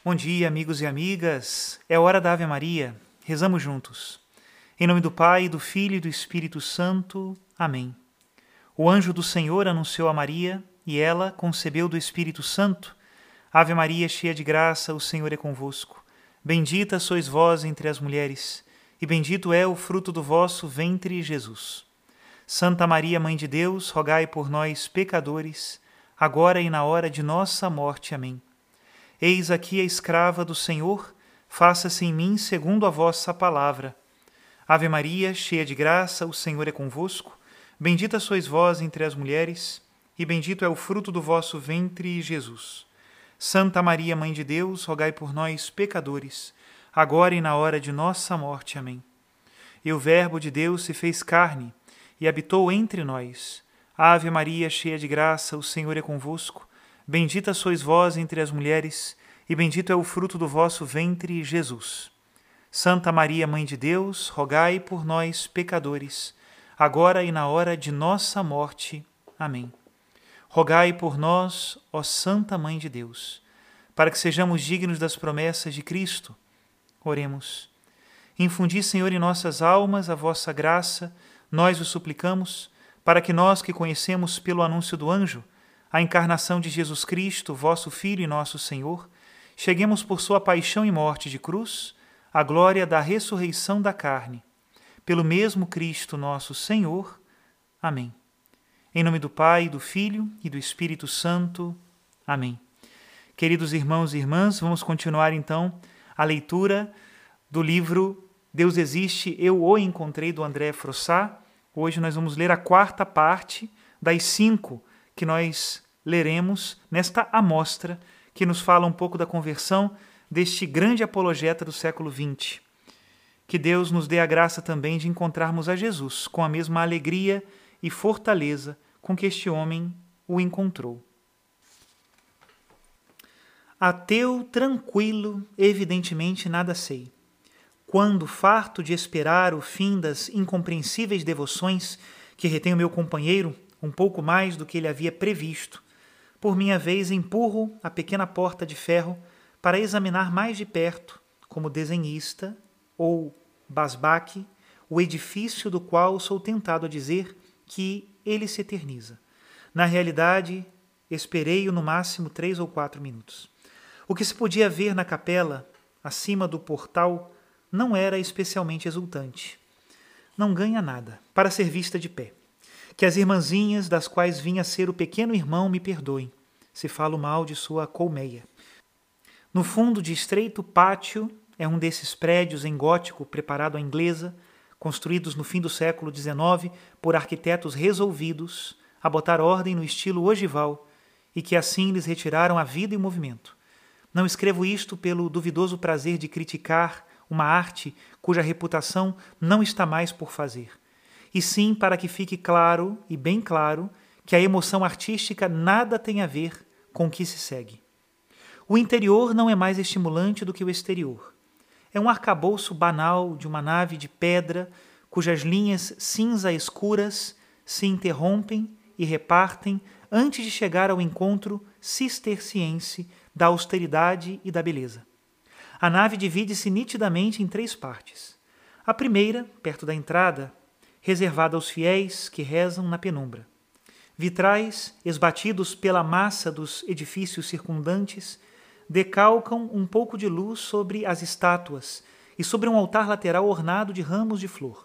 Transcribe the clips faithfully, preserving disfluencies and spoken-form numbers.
Bom dia, amigos e amigas. É hora da Ave Maria. Rezamos juntos. Em nome do Pai, do Filho e do Espírito Santo. Amém. O anjo do Senhor anunciou a Maria, e ela concebeu do Espírito Santo. Ave Maria, cheia de graça, o Senhor é convosco. Bendita sois vós entre as mulheres, e bendito é o fruto do vosso ventre, Jesus. Santa Maria, Mãe de Deus, rogai por nós, pecadores, agora e na hora de nossa morte. Amém. Eis aqui a escrava do Senhor, faça-se em mim segundo a vossa palavra. Ave Maria, cheia de graça, o Senhor é convosco. Bendita sois vós entre as mulheres, e bendito é o fruto do vosso ventre, Jesus. Santa Maria, Mãe de Deus, rogai por nós, pecadores, agora e na hora de nossa morte. Amém. E o Verbo de Deus se fez carne e habitou entre nós. Ave Maria, cheia de graça, o Senhor é convosco. Bendita sois vós entre as mulheres, e bendito é o fruto do vosso ventre, Jesus. Santa Maria, Mãe de Deus, rogai por nós, pecadores, agora e na hora de nossa morte. Amém. Rogai por nós, ó Santa Mãe de Deus, para que sejamos dignos das promessas de Cristo. Oremos. Infundi, Senhor, em nossas almas a vossa graça, nós o suplicamos, para que nós que conhecemos pelo anúncio do anjo a encarnação de Jesus Cristo, vosso Filho e nosso Senhor, cheguemos por sua paixão e morte de cruz à glória da ressurreição da carne. Pelo mesmo Cristo nosso Senhor. Amém. Em nome do Pai, do Filho e do Espírito Santo. Amém. Queridos irmãos e irmãs, vamos continuar então a leitura do livro Deus Existe, Eu o Encontrei, do André Frossard. Hoje nós vamos ler a quarta parte das cinco que nós leremos nesta amostra que nos fala um pouco da conversão deste grande apologeta do século vinte. Que Deus nos dê a graça também de encontrarmos a Jesus com a mesma alegria e fortaleza com que este homem o encontrou. Ateu, tranquilo, evidentemente nada sei. Quando, farto de esperar o fim das incompreensíveis devoções que retém o meu companheiro, um pouco mais do que ele havia previsto, por minha vez empurro a pequena porta de ferro para examinar mais de perto, como desenhista ou basbaque, o edifício do qual sou tentado a dizer que ele se eterniza. Na realidade, esperei-o no máximo três ou quatro minutos. O que se podia ver na capela, acima do portal, não era especialmente exultante. Não ganha nada para ser vista de pé. Que as irmãzinhas, das quais vinha ser o pequeno irmão, me perdoem, se falo mal de sua colmeia. No fundo de estreito pátio é um desses prédios em gótico preparado à inglesa, construídos no fim do século dezenove por arquitetos resolvidos a botar ordem no estilo ogival e que assim lhes retiraram a vida e o movimento. Não escrevo isto pelo duvidoso prazer de criticar uma arte cuja reputação não está mais por fazer, e sim para que fique claro, e bem claro, que a emoção artística nada tem a ver com o que se segue. O interior não é mais estimulante do que o exterior. É um arcabouço banal de uma nave de pedra cujas linhas cinza escuras se interrompem e repartem antes de chegar ao encontro cisterciense da austeridade e da beleza. A nave divide-se nitidamente em três partes. A primeira, perto da entrada, reservada aos fiéis que rezam na penumbra. Vitrais, esbatidos pela massa dos edifícios circundantes, decalcam um pouco de luz sobre as estátuas e sobre um altar lateral ornado de ramos de flor.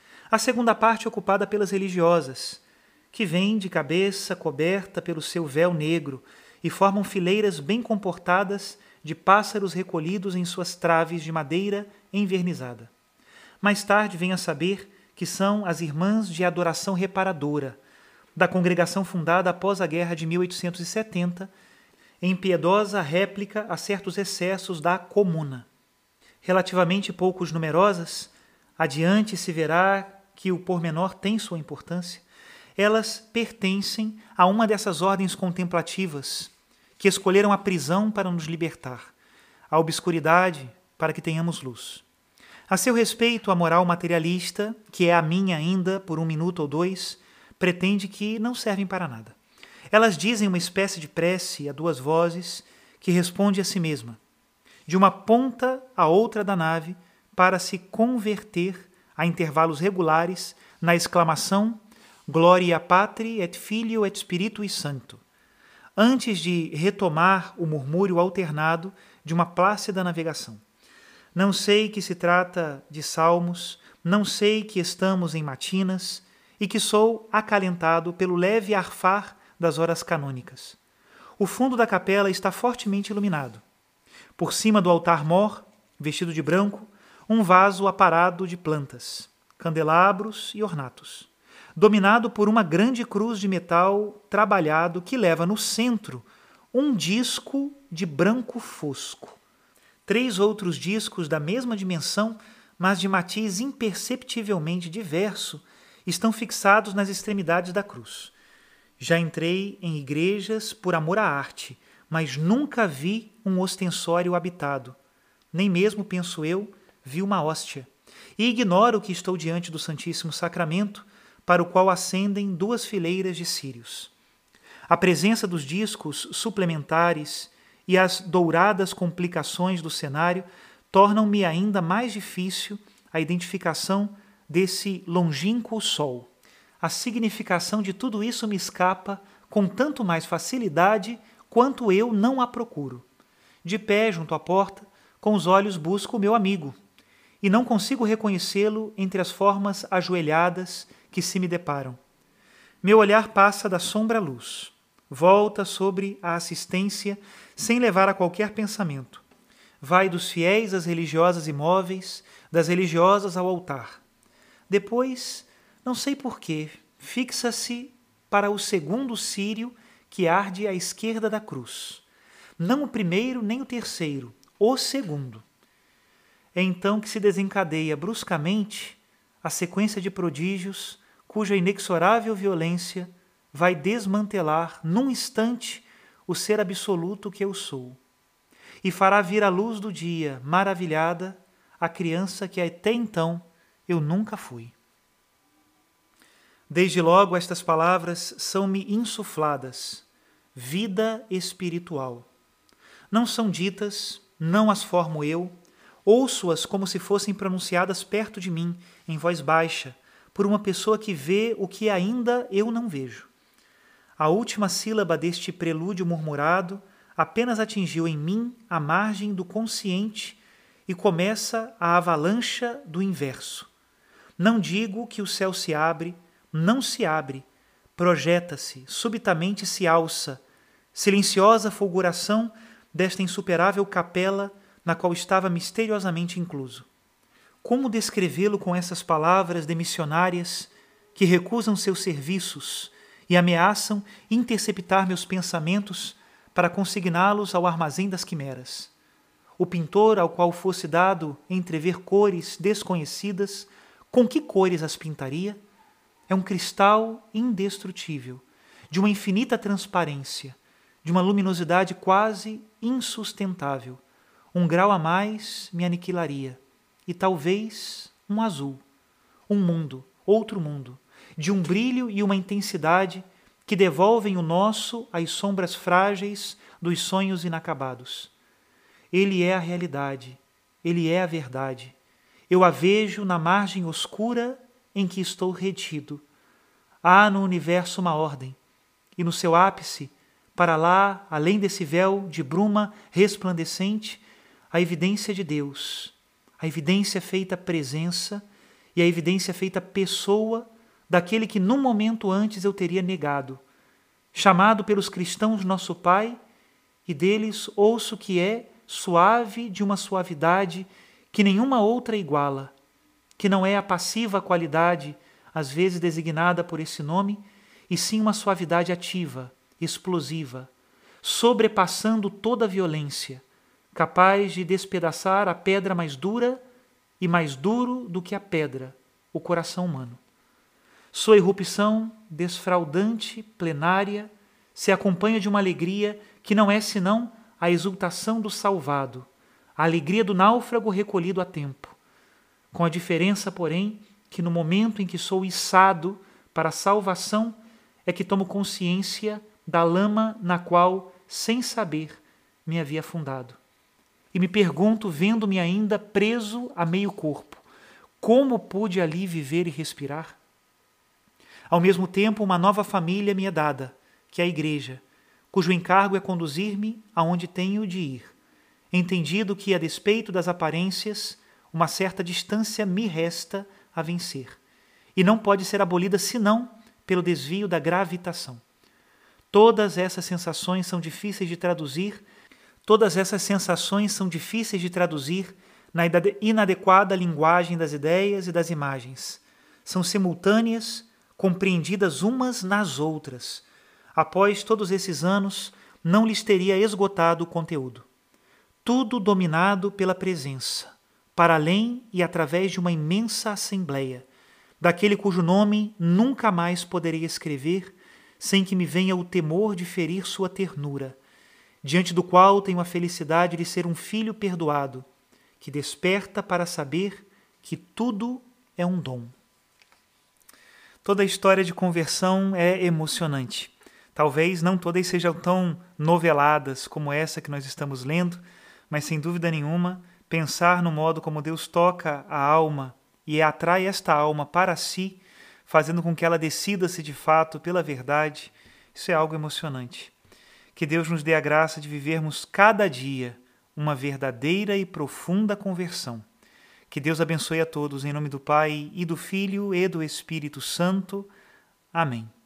A segunda parte é ocupada pelas religiosas, que vêm de cabeça coberta pelo seu véu negro e formam fileiras bem comportadas de pássaros recolhidos em suas traves de madeira envernizada. Mais tarde vem a saber que são as Irmãs de Adoração Reparadora, da congregação fundada após a Guerra de mil oitocentos e setenta, em piedosa réplica a certos excessos da Comuna. Relativamente poucos numerosas, adiante se verá que o pormenor tem sua importância, elas pertencem a uma dessas ordens contemplativas que escolheram a prisão para nos libertar, a obscuridade para que tenhamos luz. A seu respeito, a moral materialista, que é a minha ainda por um minuto ou dois, pretende que não servem para nada. Elas dizem uma espécie de prece a duas vozes que responde a si mesma. de uma ponta à outra da nave para se converter a intervalos regulares na exclamação Gloria Patri et Filio et Spiritui Sancto, antes de retomar o murmúrio alternado de uma plácida navegação. Não sei que se trata de salmos, não sei que estamos em matinas e que sou acalentado pelo leve arfar das horas canônicas. O fundo da capela está fortemente iluminado. Por cima do altar-mor, vestido de branco, um vaso aparado de plantas, candelabros e ornatos, dominado por uma grande cruz de metal trabalhado que leva no centro um disco de branco fosco. Três outros discos da mesma dimensão, mas de matiz imperceptivelmente diverso, estão fixados nas extremidades da cruz. Já entrei em igrejas por amor à arte, mas nunca vi um ostensório habitado. Nem mesmo, penso eu, vi uma hóstia. E ignoro que estou diante do Santíssimo Sacramento, para o qual ascendem duas fileiras de círios. A presença dos discos suplementares e as douradas complicações do cenário tornam-me ainda mais difícil a identificação desse longínquo sol. A significação de tudo isso me escapa com tanto mais facilidade quanto eu não a procuro. De pé junto à porta, com os olhos busco o meu amigo, e não consigo reconhecê-lo entre as formas ajoelhadas que se me deparam. Meu olhar passa da sombra à luz, volta sobre a assistência sem levar a qualquer pensamento. Vai dos fiéis às religiosas imóveis, das religiosas ao altar. Depois, não sei porquê, fixa-se para o segundo círio que arde à esquerda da cruz. Não o primeiro nem o terceiro, o segundo. É então que se desencadeia bruscamente a sequência de prodígios cuja inexorável violência vai desmantelar num instante o ser absoluto que eu sou, e fará vir à luz do dia, maravilhada, a criança que até então eu nunca fui. Desde logo estas palavras são-me insufladas, vida espiritual. Não são ditas, não as formo eu, ouço-as como se fossem pronunciadas perto de mim, em voz baixa, por uma pessoa que vê o que ainda eu não vejo. A última sílaba deste prelúdio murmurado apenas atingiu em mim a margem do consciente e começa a avalancha do inverso. Não digo que o céu se abre, não se abre, projeta-se, subitamente se alça, silenciosa fulguração desta insuperável capela na qual estava misteriosamente incluso. Como descrevê-lo com essas palavras demissionárias que recusam seus serviços e ameaçam interceptar meus pensamentos para consigná-los ao armazém das quimeras? O pintor ao qual fosse dado entrever cores desconhecidas, com que cores as pintaria? É um cristal indestrutível, de uma infinita transparência, de uma luminosidade quase insustentável. Um grau a mais me aniquilaria, e talvez um azul, um mundo, outro mundo, de um brilho e uma intensidade que devolvem o nosso às sombras frágeis dos sonhos inacabados. Ele é a realidade, ele é a verdade. Eu a vejo na margem oscura em que estou retido. Há no universo uma ordem, e no seu ápice, para lá, além desse véu de bruma resplandecente, a evidência de Deus, a evidência feita presença e a evidência feita pessoa daquele que num momento antes eu teria negado, chamado pelos cristãos nosso Pai, e deles ouço que é suave de uma suavidade que nenhuma outra iguala, que não é a passiva qualidade, às vezes designada por esse nome, e sim uma suavidade ativa, explosiva, sobrepassando toda a violência, capaz de despedaçar a pedra mais dura e mais duro do que a pedra, o coração humano. Sua irrupção desfraudante, plenária, se acompanha de uma alegria que não é senão a exultação do salvado, a alegria do náufrago recolhido a tempo, com a diferença, porém, que no momento em que sou içado para a salvação é que tomo consciência da lama na qual, sem saber, me havia afundado. e me pergunto, vendo-me ainda preso a meio corpo, como pude ali viver e respirar? Ao mesmo tempo, uma nova família me é dada, que é a Igreja, cujo encargo é conduzir-me aonde tenho de ir, entendido que, a despeito das aparências, uma certa distância me resta a vencer, e não pode ser abolida senão pelo desvio da gravitação. Todas essas sensações são difíceis de traduzir, todas essas sensações são difíceis de traduzir na inadequada linguagem das ideias e das imagens. São simultâneas, compreendidas umas nas outras. Após todos esses anos, não lhes teria esgotado o conteúdo. Tudo dominado pela presença, para além e através de uma imensa assembleia, daquele cujo nome nunca mais poderei escrever sem que me venha o temor de ferir sua ternura, diante do qual tenho a felicidade de ser um filho perdoado, que desperta para saber que tudo é um dom. Toda a história de conversão é emocionante. Talvez não todas sejam tão noveladas como essa que nós estamos lendo, mas sem dúvida nenhuma, pensar no modo como Deus toca a alma e atrai esta alma para si, fazendo com que ela decida-se de fato pela verdade, isso é algo emocionante. Que Deus nos dê a graça de vivermos cada dia uma verdadeira e profunda conversão. Que Deus abençoe a todos, em nome do Pai, e do Filho, e do Espírito Santo. Amém.